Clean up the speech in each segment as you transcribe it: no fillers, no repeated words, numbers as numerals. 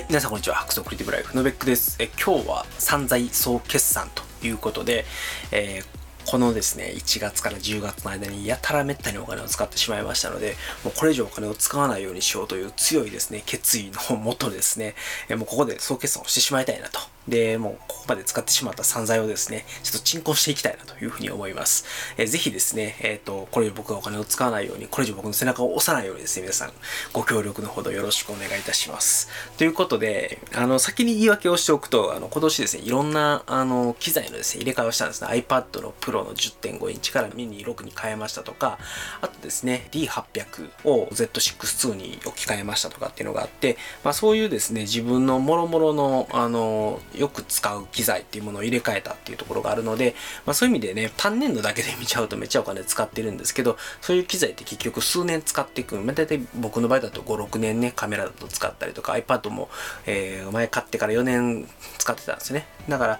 皆さんこんにちは。白装クリエイティブライフのベックです。今日は散財総決算ということで、このですね、1月から10月の間にやたらめったにお金を使ってしまいましたので、もうこれ以上お金を使わないようにしようという強いですね、決意のもとですね、もうここで総決算をしてしまいたいなと。で、もうここまで使ってしまった散財をですね、ちょっと鎮魂していきたいなというふうに思います。ぜひですね、これ以上僕がお金を使わないように、これ以上僕の背中を押さないようにですね、皆さんご協力のほどよろしくお願いいたします。ということで、先に言い訳をしておくと、今年ですね、いろんな、機材のですね、入れ替えをしたんですね。iPad の Pro の 10.5 インチから mini 6に変えましたとか、あとですね、D800 を Z6-2 に置き換えましたとかっていうのがあって、そういうですね、自分の諸々の、よく使う機材っていうものを入れ替えたっていうところがあるので、そういう意味でね、単年度だけで見ちゃうとめっちゃお金使ってるんですけど、そういう機材って結局数年使っていく。だいたい僕の場合だと5、6年ね、カメラだと使ったりとか、iPad も、前買ってから4年使ってたんですね。だから、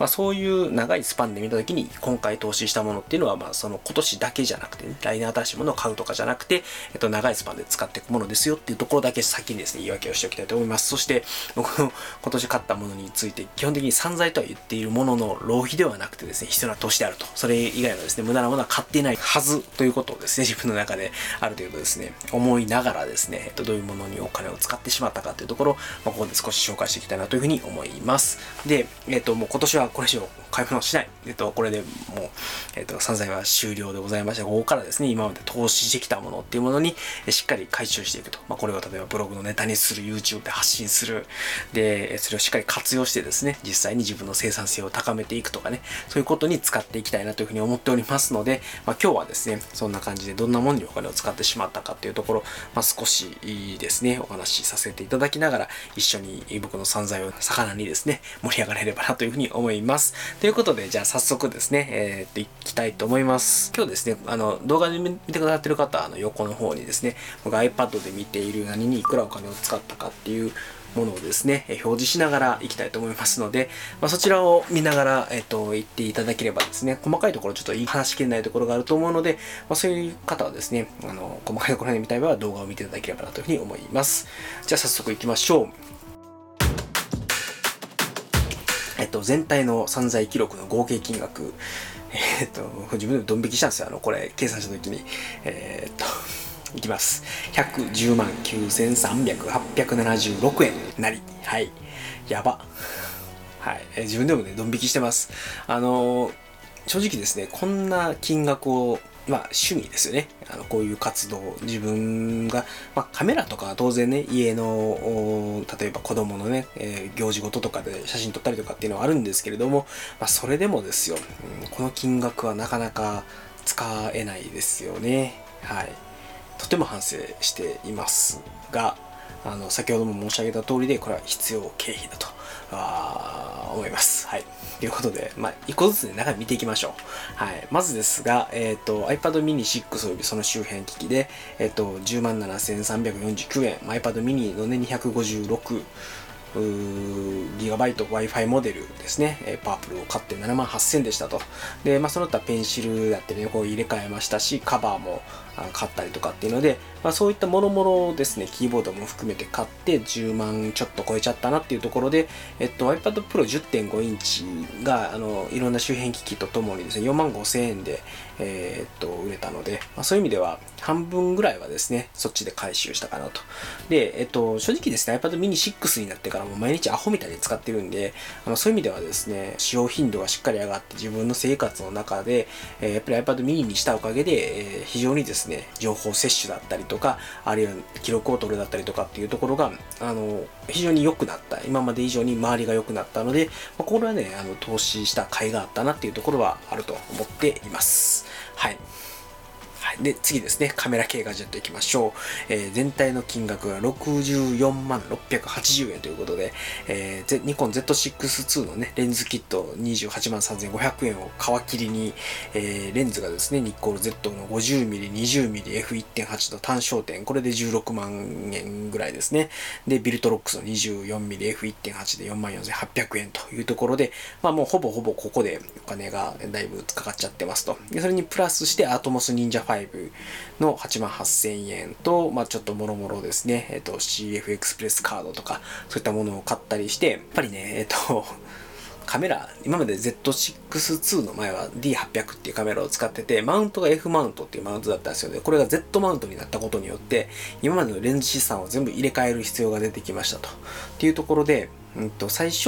そういう長いスパンで見たときに、今回投資したものっていうのは、その今年だけじゃなくてね、来年新しいものを買うとかじゃなくて、長いスパンで使っていくものですよっていうところだけ先にですね、言い訳をしておきたいと思います。そして、僕の今年買ったものについて、基本的に散財とは言っているものの浪費ではなくてですね、必要な投資であると。それ以外のですね、無駄なものは買っていないはずということをですね、自分の中である程度ですね、思いながらですね、どういうものにお金を使ってしまったかというところを、ここで少し紹介していきたいなというふうに思います。で、もう今年はこれ以上買い物しない。これでもう、散財は終了でございまして、ここからですね、今まで投資してきたものっていうものにしっかり回収していくと。これを例えばブログのネタにする、YouTube で発信する。で、それをしっかり活用してですね、実際に自分の生産性を高めていくとかね、そういうことに使っていきたいなというふうに思っておりますので、今日はですね、そんな感じでどんなものにお金を使ってしまったかっていうところ、少しですね、お話しさせていただきながら、一緒に僕の散財を魚にですね、盛り上がれればなというふうに思います。ということで、じゃあ早速ですね、いきたいと思います。今日ですね、動画で見てくださってる方、横の方にですね、僕 iPad で見ている何にいくらお金を使ったかっていうものをですね、表示しながらいきたいと思いますので、そちらを見ながら、言っていただければですね、細かいところちょっと話しきれないところがあると思うので、そういう方はですね、細かいところで見たい場合は動画を見ていただければなというふうに思います。じゃあ早速行きましょう。全体の散財記録の合計金額、自分でドン引きしたんですよ。これ、計算したときに。いきます。110万9300、876円なり。はい。やば。はい。自分でもね、ドン引きしてます。正直ですね、こんな金額を趣味ですよね。こういう活動。自分が、カメラとかは当然ね、家の、例えば子供のね、行事事とかで写真撮ったりとかっていうのはあるんですけれども、それでもですよ、この金額はなかなか使えないですよね。はい。とても反省していますが、先ほども申し上げた通りで、これは必要経費だと。思います。はい。ということで、一個ずつね、中身見ていきましょう。はい。まずですが、iPad mini 6およびその周辺機器で、107,349円、iPad mini のね、256GB Wi-Fi モデルですね、パープルを買って78,000でしたと。で、その他ペンシルだってね、こう入れ替えましたし、カバーも買ったりとかっていうので、そういったもろもろですね、キーボードも含めて買って10万ちょっと超えちゃったなっていうところで、iPad Pro 10.5 インチが、いろんな周辺機器とともにですね、45,000円で、売れたので、そういう意味では半分ぐらいはですね、そっちで回収したかなと。で、正直ですね、iPad mini 6になってからもう毎日アホみたいに使ってるんで、そういう意味ではですね、使用頻度がしっかり上がって自分の生活の中で、やっぱり iPad mini にしたおかげで、非常にですね、情報摂取だったりとか、あるいは記録を取るだったりとかっていうところが、非常に良くなった。今まで以上に周りが良くなったので、これはね、投資した甲斐があったなっていうところはあると思っています。はい。で、次ですね、カメラ系ガジェットいきましょう。全体の金額が64万680円ということで、ニコン Z6-2 のね、レンズキット28万3500円を皮切りに、レンズがですね、ニッコール Z の 50mm、20mm、F1.8 の単焦点、これで16万円ぐらいですね。で、ビルトロックスの 24mm、F1.8 で 44,800 円というところで、もうほぼほぼここでお金がだいぶかかっちゃってますと。でそれにプラスして、アトモス忍者5 5の88,000円と、ちょっともろもろですね、CF エクスプレスカードとか、そういったものを買ったりして、やっぱりね、カメラ、今まで Z6-2 の前は D800 っていうカメラを使ってて、マウントが F マウントっていうマウントだったんですよね。これが Z マウントになったことによって、今までのレンズ資産を全部入れ替える必要が出てきましたと。っていうところで、最初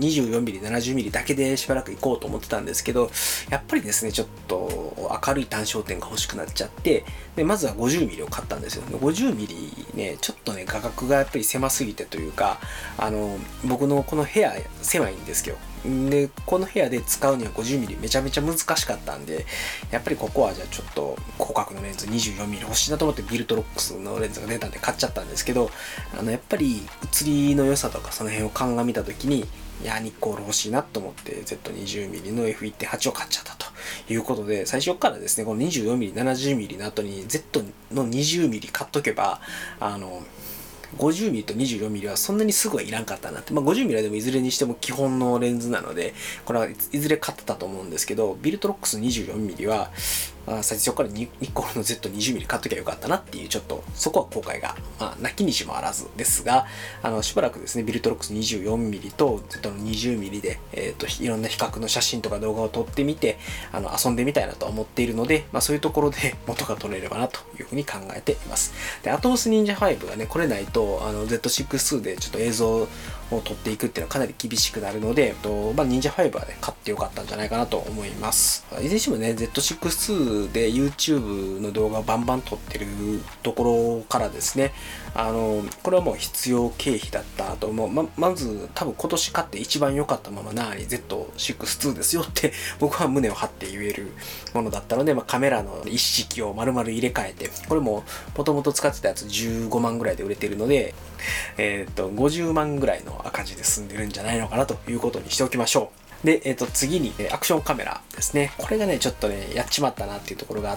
24mm、70mm だけでしばらく行こうと思ってたんですけど、やっぱりですね、ちょっと明るい単焦点が欲しくなっちゃって、で、まずは 50mm を買ったんですよ。50mm ね、ちょっとね、画角がやっぱり狭すぎてというか、僕のこの部屋狭いんですよ。で、この部屋で使うには 50mm めちゃめちゃ難しかったんで、やっぱりここはじゃあちょっと広角のレンズ 24mm 欲しいなと思ってビルトロックスのレンズが出たんで買っちゃったんですけど、やっぱり写りの良さとかその辺を鑑みた時に、いや、ニッコール欲しいなと思って Z20mm の F1.8 を買っちゃったということで、最初からですね、この 24mm、70mm の後に Z の 20mm 買っとけば、50mm と 24mm はそんなにすぐはいらんかったなって。50mm はでもいずれにしても基本のレンズなので、これはいずれ買ってたと思うんですけど、ビルトロックス 24mm は、最初からニッコールの Z20mm 買っときゃよかったなっていう、ちょっとそこは後悔が、なきにしもあらずですが、しばらくですね、ビルトロックス 24mm と Z の 20mm で、いろんな比較の写真とか動画を撮ってみて、遊んでみたいなと思っているので、そういうところで元が取れればなというふうに考えています。で、アトモス忍者5がね、これないと、Z6-2 でちょっと映像を撮っていくっていうのはかなり厳しくなるので、忍者5はね、買ってよかったんじゃないかなと思います。いずれにしてもね、Z6-2 で YouTube の動画をバンバン撮ってるところからですね、これはもう必要経費だったと思う。まず多分今年買って一番良かったままなに Z6-2 ですよって僕は胸を張って言えるものだったので、カメラの一式を丸々入れ替えて、これも元々使ってたやつ15万ぐらいで売れてるので、50万ぐらいの赤字で済んでるんじゃないのかなということにしておきましょう。で、次に、アクションカメラですね。これがね、ちょっとね、やっちまったなっていうところがあって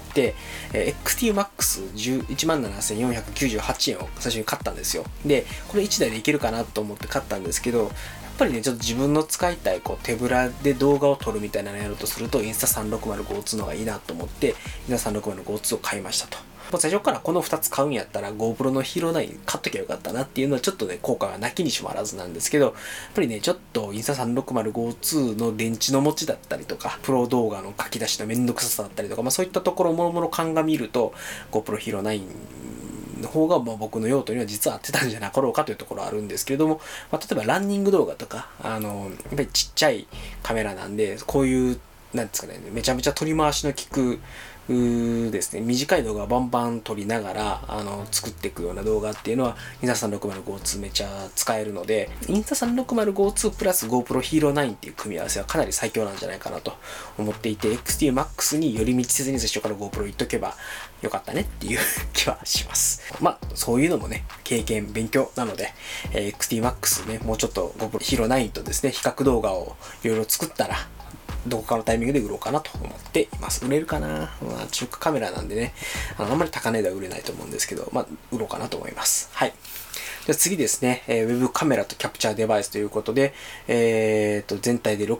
、XT-MAX17,498 円を最初に買ったんですよ。で、これ1台でいけるかなと思って買ったんですけど、やっぱりね、ちょっと自分の使いたい手ぶらで動画を撮るみたいなのをやるとすると、インスタ 360GO2 の方がいいなと思って、インスタ 360GO2 を買いましたと。最初からこの2つ買うんやったら GoPro の Hero9 買っときゃよかったなっていうのはちょっとね、効果がなきにしもあらずなんですけど、やっぱりね、ちょっとインスタ 360GO2 の電池の持ちだったりとか、プロ動画の書き出しのめんどくささだったりとか、そういったところをもろもろ鑑みると、GoPro Hero9 の方が僕の用途には実は合ってたんじゃなかろうかというところはあるんですけれども、例えばランニング動画とか、やっぱりちっちゃいカメラなんで、こういう、なんですかね、めちゃめちゃ取り回しの効くですね、短い動画をバンバン撮りながら作っていくような動画っていうのはインスタ 360GO2 めちゃ使えるので、インスタ 360GO2 プラス GoPro Hero9 っていう組み合わせはかなり最強なんじゃないかなと思っていて、 XT-MAX に寄り道せずに最初から GoPro 言っとけばよかったねっていう気はします。そういうのもね、経験勉強なので、XT-MAX ね、もうちょっと GoPro Hero9 とですね、比較動画をいろいろ作ったらどこかのタイミングで売ろうかなと思っています。売れるかな、中華カメラなんでね、あんまり高値では売れないと思うんですけど、売ろうかなと思います。はい。では次ですね、ウェブカメラとキャプチャーデバイスということで、全体で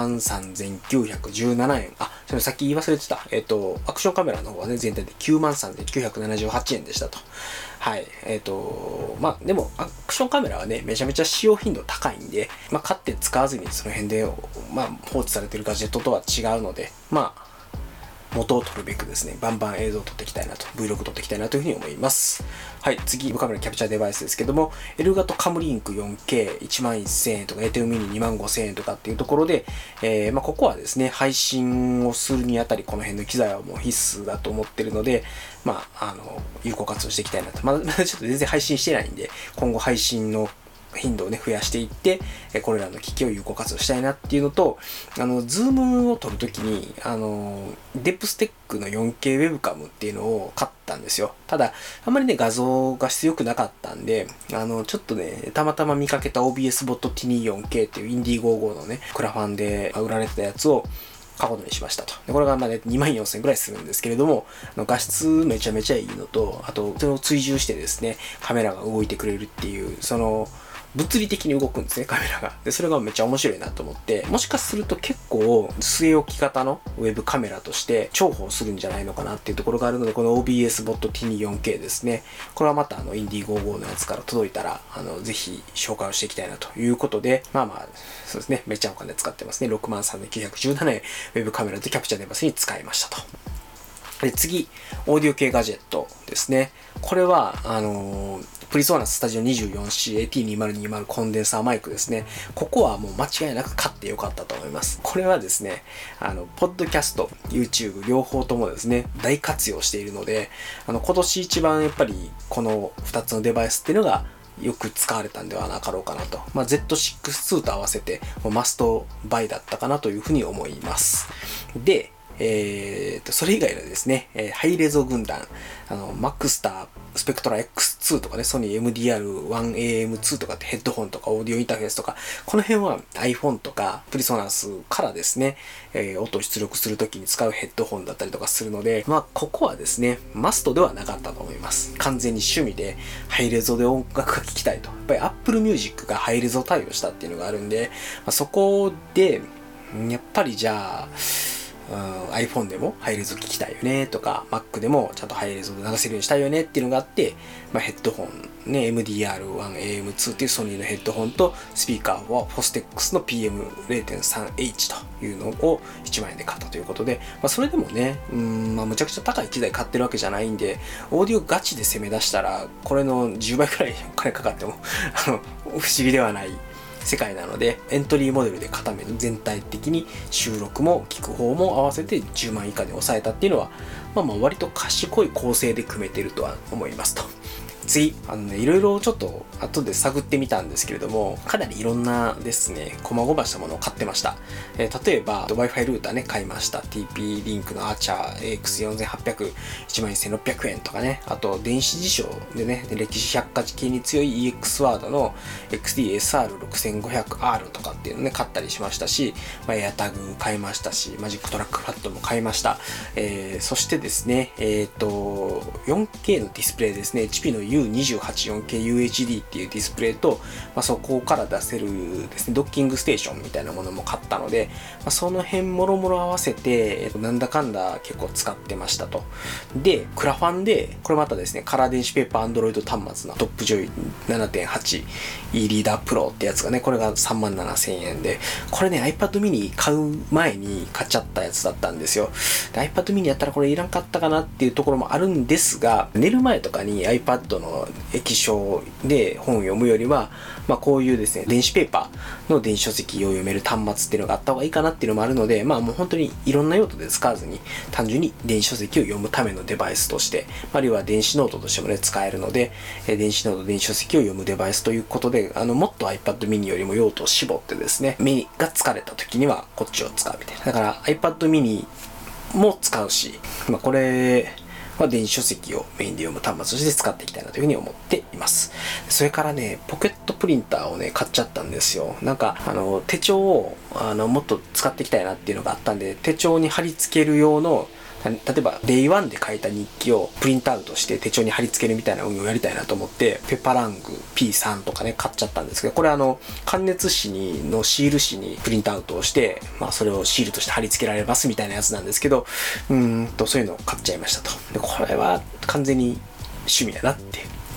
63,917 円。それさっき言い忘れてた。アクションカメラの方はね、全体で 93,978 円でしたと。はい。でも、アクションカメラはね、めちゃめちゃ使用頻度高いんで、買って使わずにその辺で、放置されてるガジェットとは違うので、元を取るべくですね、バンバン映像を撮っていきたいなと、Vlog 撮っていきたいなというふうに思います。はい、次、カメラキャプチャーデバイスですけども、エルガトカムリンク 4K11000 円とか、エテオミニ25000円とかっていうところで、ここはですね、配信をするにあたり、この辺の機材はもう必須だと思ってるので、有効活用していきたいなと。まだちょっと全然配信してないんで、今後配信の頻度をね、増やしていって、これらの機器を有効活用したいなっていうのと、ズームを撮るときに、デップステックの 4K ウェブカムっていうのを買ったんですよ。ただ、あんまりね、画像が質良くなかったんで、ちょっとね、たまたま見かけた OBS ボット T24K っていうインディー55のね、クラファンで売られてたやつを買うことにしましたと。でこれが24,000円くらいするんですけれども、画質めちゃめちゃいいのと、あと、それを追従してですね、カメラが動いてくれるっていう、 物理的に動くんですね、カメラが。で、それがめっちゃ面白いなと思って、もしかすると結構据え置き型のウェブカメラとして重宝するんじゃないのかなっていうところがあるので、この OBS Bot T24K ですね。これはまたインディー55のやつから届いたら、ぜひ紹介をしていきたいなということで、そうですね、めっちゃお金使ってますね。63,917円、ウェブカメラとキャプチャーデバイスに使いましたと。で、次、オーディオ系ガジェットですね。これは、プリソーナスタジオ 24C AT2020 コンデンサーマイクですね。ここはもう間違いなく買ってよかったと思います。これはですね、ポッドキャスト、YouTube 両方ともですね、大活用しているので、今年一番やっぱりこの2つのデバイスっていうのがよく使われたんではなかろうかなと。Z6-2 と合わせてマストバイだったかなというふうに思います。で、それ以外のですね、ハイレゾ軍団、マクスター、スペクトラ X2 とかね、ソニー MDR1AM2 とかってヘッドホンとかオーディオインターフェースとか、この辺は iPhone とかプリソナスからですね、音を出力するときに使うヘッドホンだったりとかするので、ここはですね、マストではなかったと思います。完全に趣味でハイレゾで音楽が聴きたいと。やっぱり Apple Music がハイレゾ対応したっていうのがあるんで、そこで、やっぱりじゃあ、iPhone でもハイレゾ聞きたいよねとか Mac でもちゃんとハイレゾで流せるようにしたいよねっていうのがあって、ヘッドホンね MDR1AM2 っていうソニーのヘッドホンとスピーカーはフォステックスの PM0.3H というのを1万円で買ったということで、それでもねむちゃくちゃ高い機材買ってるわけじゃないんで、オーディオガチで攻め出したらこれの10倍くらいお金かかっても不思議ではない世界なので、エントリーモデルで固める、全体的に収録も聞く方も合わせて10万以下で抑えたっていうのは、割と賢い構成で組めてるとは思いますと。次、いろいろちょっと後で探ってみたんですけれども、かなりいろんなですね、細々したものを買ってました。例えば、Wi-Fi ルーターね、買いました。TP リンクのアーチャー AX4800、11,600円とかね、あと電子辞書でね、歴史百科系に強い EX ワードの XD-SR6500R とかっていうのね、買ったりしましたし、エアタグ買いましたし、マジックトラックパッドも買いました。そしてですね、4K のディスプレイですね、HP のU28-4K UHD っていうディスプレイと、そこから出せるですね、ドッキングステーションみたいなものも買ったので、その辺もろもろ合わせて、なんだかんだ結構使ってましたと。で、クラファンで、これまたですね、カラー電子ペーパー Android 端末のトップジョイ 7.8 E リーダープロってやつがね、これが 37,000 円で、これね、iPad mini 買う前に買っちゃったやつだったんですよ。で iPad mini やったらこれいらんかったかなっていうところもあるんですが、寝る前とかに iPad の液晶で本を読むよりは、こういうですね、電子ペーパーの電子書籍を読める端末っていうのがあった方がいいかなっていうのもあるので、もう本当にいろんな用途で使わずに、単純に電子書籍を読むためのデバイスとして、あるいは電子ノートとしてもね、使えるので、電子ノート、電子書籍を読むデバイスということで、もっと iPad mini よりも用途を絞ってですね、目が疲れた時にはこっちを使うみたいな。だから iPad mini も使うし、これ、電子書籍をメインで読む端末として使っていきたいなというふうに思っています。それからね、ポケットプリンターをね、買っちゃったんですよ。手帳を、もっと使っていきたいなっていうのがあったんで、手帳に貼り付ける用の、例えば Day1 で書いた日記をプリントアウトして手帳に貼り付けるみたいな運用をやりたいなと思って、ペパラング P3 とかね、買っちゃったんですけど、これ感熱紙のシール紙にプリントアウトをして、それをシールとして貼り付けられますみたいなやつなんですけど、そういうのを買っちゃいましたと。で、これは完全に趣味だなって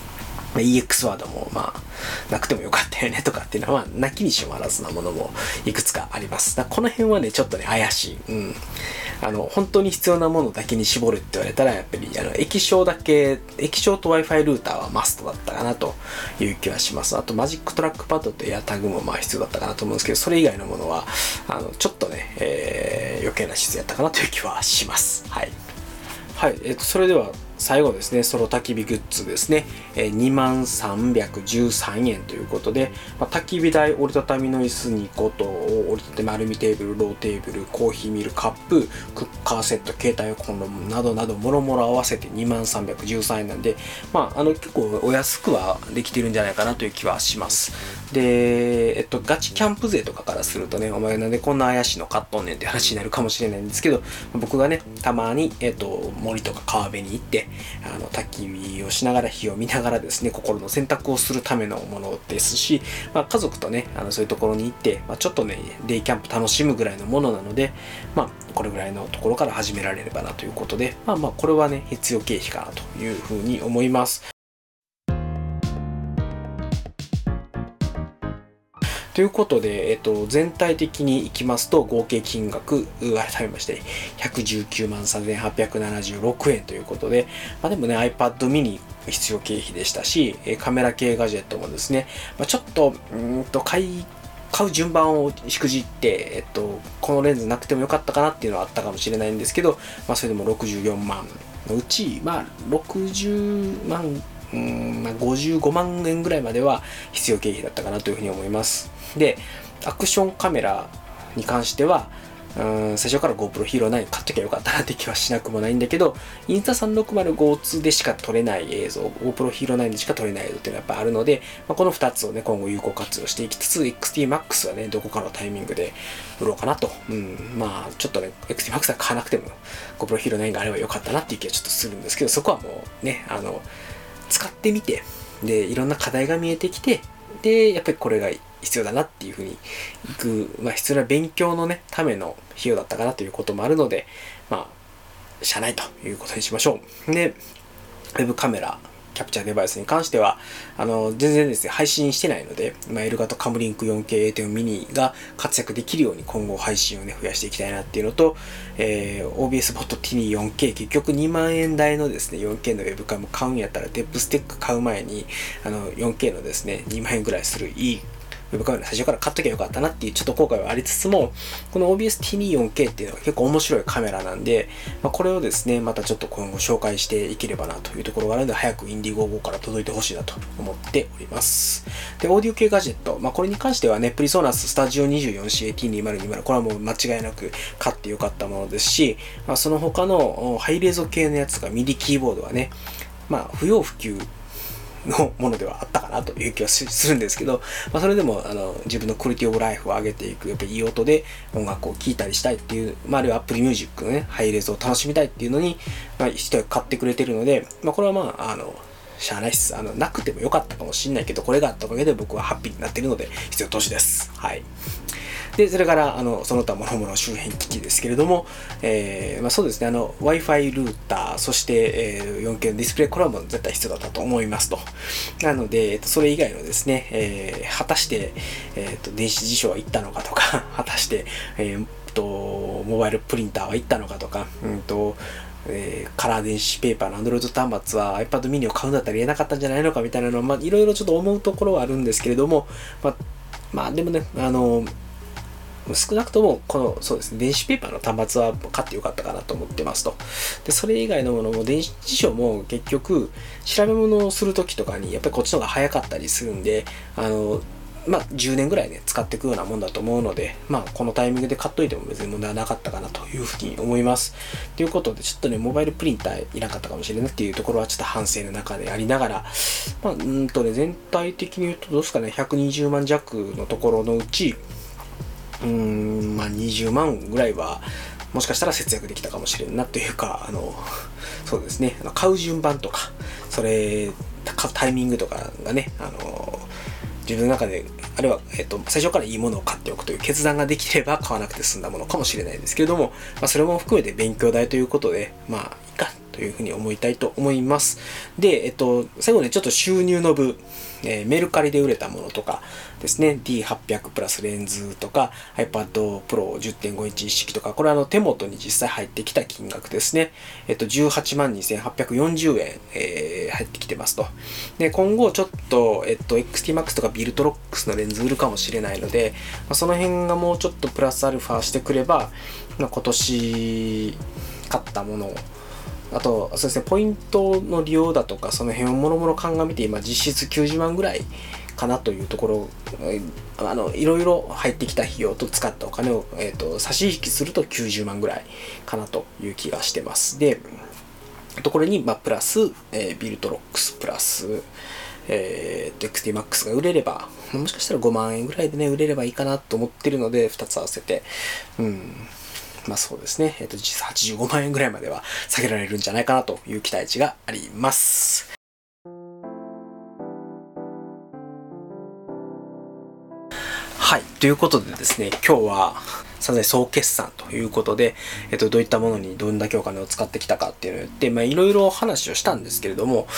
。EX ワードもなくてもよかったよねとかっていうのはなきにしもあらずなものもいくつかあります。この辺はねちょっとね怪しい。本当に必要なものだけに絞るって言われたらやっぱり液晶と Wi-Fi ルーターはマストだったかなという気はします。あとマジックトラックパッドとエアタグも必要だったかなと思うんですけど、それ以外のものはちょっとね、余計な必要やったかなという気はします。はい。それでは最後ですね、ソロ焚き火グッズですね、2313円ということで、焚き火台、折りたたみの椅子2個と、折りたたみアルミテーブル、ローテーブル、コーヒーミルカップ、クッカーセット、携帯コンロなどなど、もろもろ合わせて2313円なんで、結構お安くはできてるんじゃないかなという気はします。 で、ガチキャンプ勢とかからするとね、お前なんでこんな怪しいの買っとんねんって話になるかもしれないんですけど、僕がね、たまに、森とか川辺に行って、焚き火をしながら火を見ながらですね、心の選択をするためのものですし、家族とね、そういうところに行って、ちょっとね、デイキャンプ楽しむぐらいのものなので、これぐらいのところから始められればなということで、これはね、必要経費かなというふうに思います。ということで、全体的にいきますと、合計金額、改めまして、119万3876円ということで、でもね、iPad mini 必要経費でしたし、カメラ系ガジェットもですね、ちょっと、買う順番をしくじって、このレンズなくてもよかったかなっていうのはあったかもしれないんですけど、それでも64万のうち、60万、55万円ぐらいまでは必要経費だったかなというふうに思います。で、アクションカメラに関しては、最初から GoPro Hero 9買っときゃよかったなって気はしなくもないんだけど、インスタ 360-5 でしか撮れない映像、GoPro Hero 9でしか撮れない映像っていうのはやっぱあるので、この2つをね、今後有効活用していきつつ、XT-MAX はね、どこかのタイミングで売ろうかなと。ちょっとね、XT-MAX は買わなくても GoPro Hero 9があればよかったなっていう気はちょっとするんですけど、そこはもうね、使ってみて、で、いろんな課題が見えてきて、で、やっぱりこれが必要だなっていうふうにいく、必要な勉強のね、ための費用だったかなということもあるので、しゃあないということにしましょう。で、ウェブカメラ、キャプチャーデバイスに関しては、全然ですね、配信してないので、エルガトカムリンク 4K A10 ミニが活躍できるように今後配信をね、増やしていきたいなっていうのと、OBS ボット Tini4K、結局2万円台のですね、4K のウェブカム買うんやったら、デップステック買う前に、4K のですね、2万円ぐらいするいいウェブカメラ最初から買っときゃよかったなっていうちょっと後悔はありつつも、この OBS Tini4K っていうのは結構面白いカメラなんで、これをですね、またちょっと今後紹介していければなというところがあるので、早く Indiegogo から届いてほしいなと思っております。で、オーディオ系ガジェット、これに関してはね、プリソナススタジオ 24CAT2020、これはもう間違いなく買ってよかったものですし、その他のハイレゾ系のやつが MIDI キーボードはね、不要不急のものではあったかなという気はするんですけど、それでも自分のクオリティオブライフを上げていく、やっぱりいい音で音楽を聴いたりしたいっていう、あるいは Apple Music のね、ハイレゾを楽しみたいっていうのに、人が買ってくれてるので、これはしゃあないっす。なくてもよかったかもしれないけど、これがあったおかげで僕はハッピーになっているので、必要投資です。はい。で、それから、その他諸々周辺機器ですけれども、そうですね、Wi-Fi ルーター、そして、4K のディスプレイ、これはもう絶対必要だったと思いますと。なので、それ以外のですね、果たして、電子辞書は行ったのかとか、果たして、モバイルプリンターは行ったのかとか、カラー電子ペーパーの Android 端末は iPad mini を買うんだったら言えなかったんじゃないのかみたいなのは、いろいろちょっと思うところはあるんですけれども、でもね、少なくともそうですね、電子ペーパーの端末は買ってよかったかなと思ってますと。で、それ以外のものも、電子辞書も結局、調べ物をするときとかに、やっぱりこっちの方が早かったりするんで、10年ぐらいね、使っていくようなもんだと思うので、このタイミングで買っといても別に問題はなかったかなというふうに思います。ということで、ちょっとね、モバイルプリンターいなかったかもしれないっていうところはちょっと反省の中でありながら、全体的に言うとどうですかね、120万弱のところのうち、20万ぐらいは、もしかしたら節約できたかもしれんなというか、そうですね、買う順番とか、買うタイミングとかがね、自分の中で、あるいは、最初からいいものを買っておくという決断ができれば買わなくて済んだものかもしれないですけれども、それも含めて勉強代ということで、いいかというふうに思いたいと思います。で、最後にちょっと収入の部、メルカリで売れたものとかですね、D800 プラスレンズとか iPad Pro 10.5 インチ一式とか、これは手元に実際入ってきた金額ですね。18万2840円、入ってきてますと。で、今後ちょっと、XT-MAX とかビルトロックスのレンズ売るかもしれないので、その辺がもうちょっとプラスアルファしてくれば、今年買ったものをあと、そうですね、ポイントの利用だとか、その辺をもろもろ鑑みて、今、実質90万ぐらいかなというところ、いろいろ入ってきた費用と使ったお金を、差し引きすると90万ぐらいかなという気がしてます。で、これに、プラス、ビルトロックス、プラス、 XT-MAX が売れれば、もしかしたら5万円ぐらいでね、売れればいいかなと思ってるので、2つ合わせて、まあそうですね、実質85万円ぐらいまでは下げられるんじゃないかなという期待値があります。はい。ということでですね、今日は散財総決算ということで、どういったものにどんだけお金を使ってきたかっていうのを言って、いろいろ話をしたんですけれども、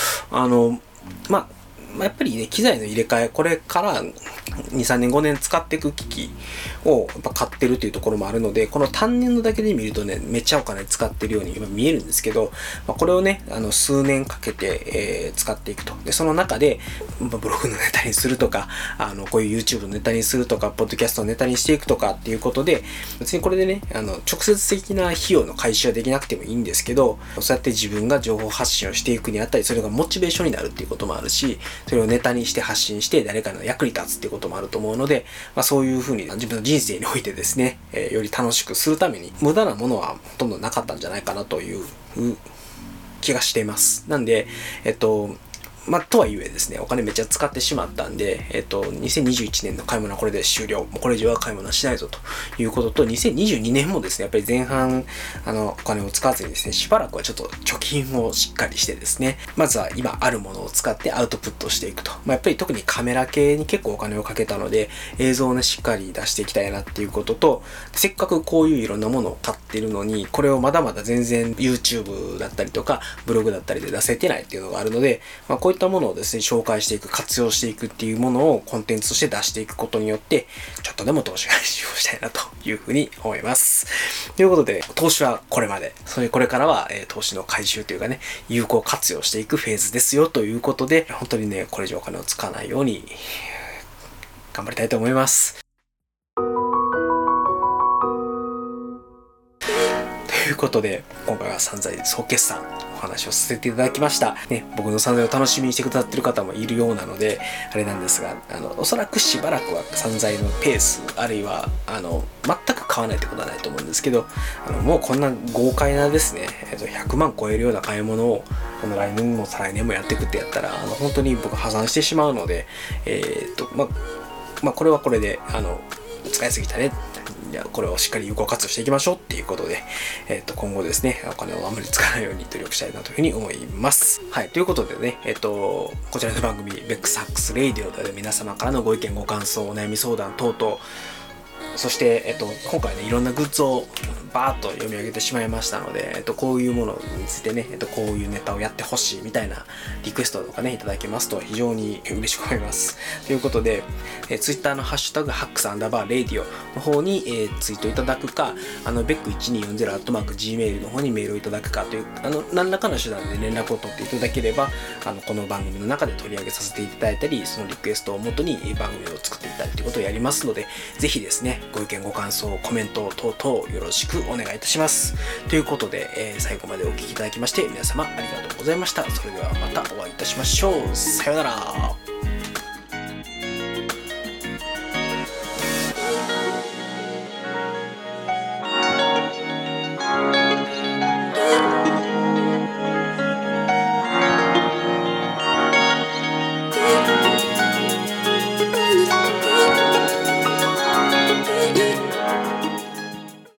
やっぱりね、機材の入れ替え、これから2、3年、5年使っていく機器をやっぱ買ってるというところもあるので、この単年度だけで見るとね、めっちゃお金使ってるように今見えるんですけど、これをね、数年かけて、使っていくと。で、その中で、ブログのネタにするとか、こういう YouTube のネタにするとか、ポッドキャストのネタにしていくとかっていうことで、別にこれでね、直接的な費用の回収はできなくてもいいんですけど、そうやって自分が情報発信をしていくにあたり、それがモチベーションになるっていうこともあるし、それをネタにして発信して誰かの役に立つっていうこともあると思うので、そういうふうに自分の人生においてですね、より楽しくするために無駄なものはほとんどなかったんじゃないかなという気がしています。なんで、とはいえですね、お金めっちゃ使ってしまったんで、2021年の買い物はこれで終了。もうこれ以上は買い物はしないぞということと、2022年もですね、やっぱり前半、お金を使わずにですね、しばらくはちょっと貯金をしっかりしてですね、まずは今あるものを使ってアウトプットしていくと。やっぱり特にカメラ系に結構お金をかけたので、映像をね、しっかり出していきたいなっていうことと、せっかくこういういろんなものを買ってるのに、これをまだまだ全然 YouTube だったりとか、ブログだったりで出せてないっていうのがあるので、こういったものをですね、紹介していく、活用していくっていうものをコンテンツとして出していくことによって、ちょっとでも投資回収をしたいなというふうに思います。ということで、投資はこれまで、これからは、投資の回収というかね、有効活用していくフェーズですよということで、本当にね、これ以上お金を使わないように頑張りたいと思います。ということで、今回は散財総決算お話をさせていただきました。ね、僕の散財を楽しみにしてくださっている方もいるようなので、あれなんですが、おそらくしばらくは散財のペース、あるいは、全く買わないってことはないと思うんですけど、もうこんな豪快なですね、100万超えるような買い物を、来年も再来年もやっていくってやったら、本当に僕破産してしまうので、これはこれで、使いすぎたね。これをしっかり有効活用していきましょうっていうことで、今後ですね、お金をあまり使わないように努力したいなというふうに思います。はい、ということでね、こちらの番組、ベックスハックスレイディオで皆様からのご意見、ご感想、お悩み相談等々、そして、今回ね、いろんなグッズをバーッと読み上げてしまいましたので、こういうものについてね、こういうネタをやってほしいみたいなリクエストとかね、いただけますと非常に嬉しく思います。ということで、Twitter のハッシュタグ、ハックス_レディオの方に、ツイートいただくか、beck1240@gmail の方にメールをいただくかという、何らかの手段で連絡を取っていただければ、この番組の中で取り上げさせていただいたり、そのリクエストをもとに番組を作っていただくということをやりますので、ぜひですね、ご意見ご感想コメント等々よろしくお願いいたします。ということで、最後までお聞きいただきまして皆様ありがとうございました。それではまたお会いいたしましょう。さようなら。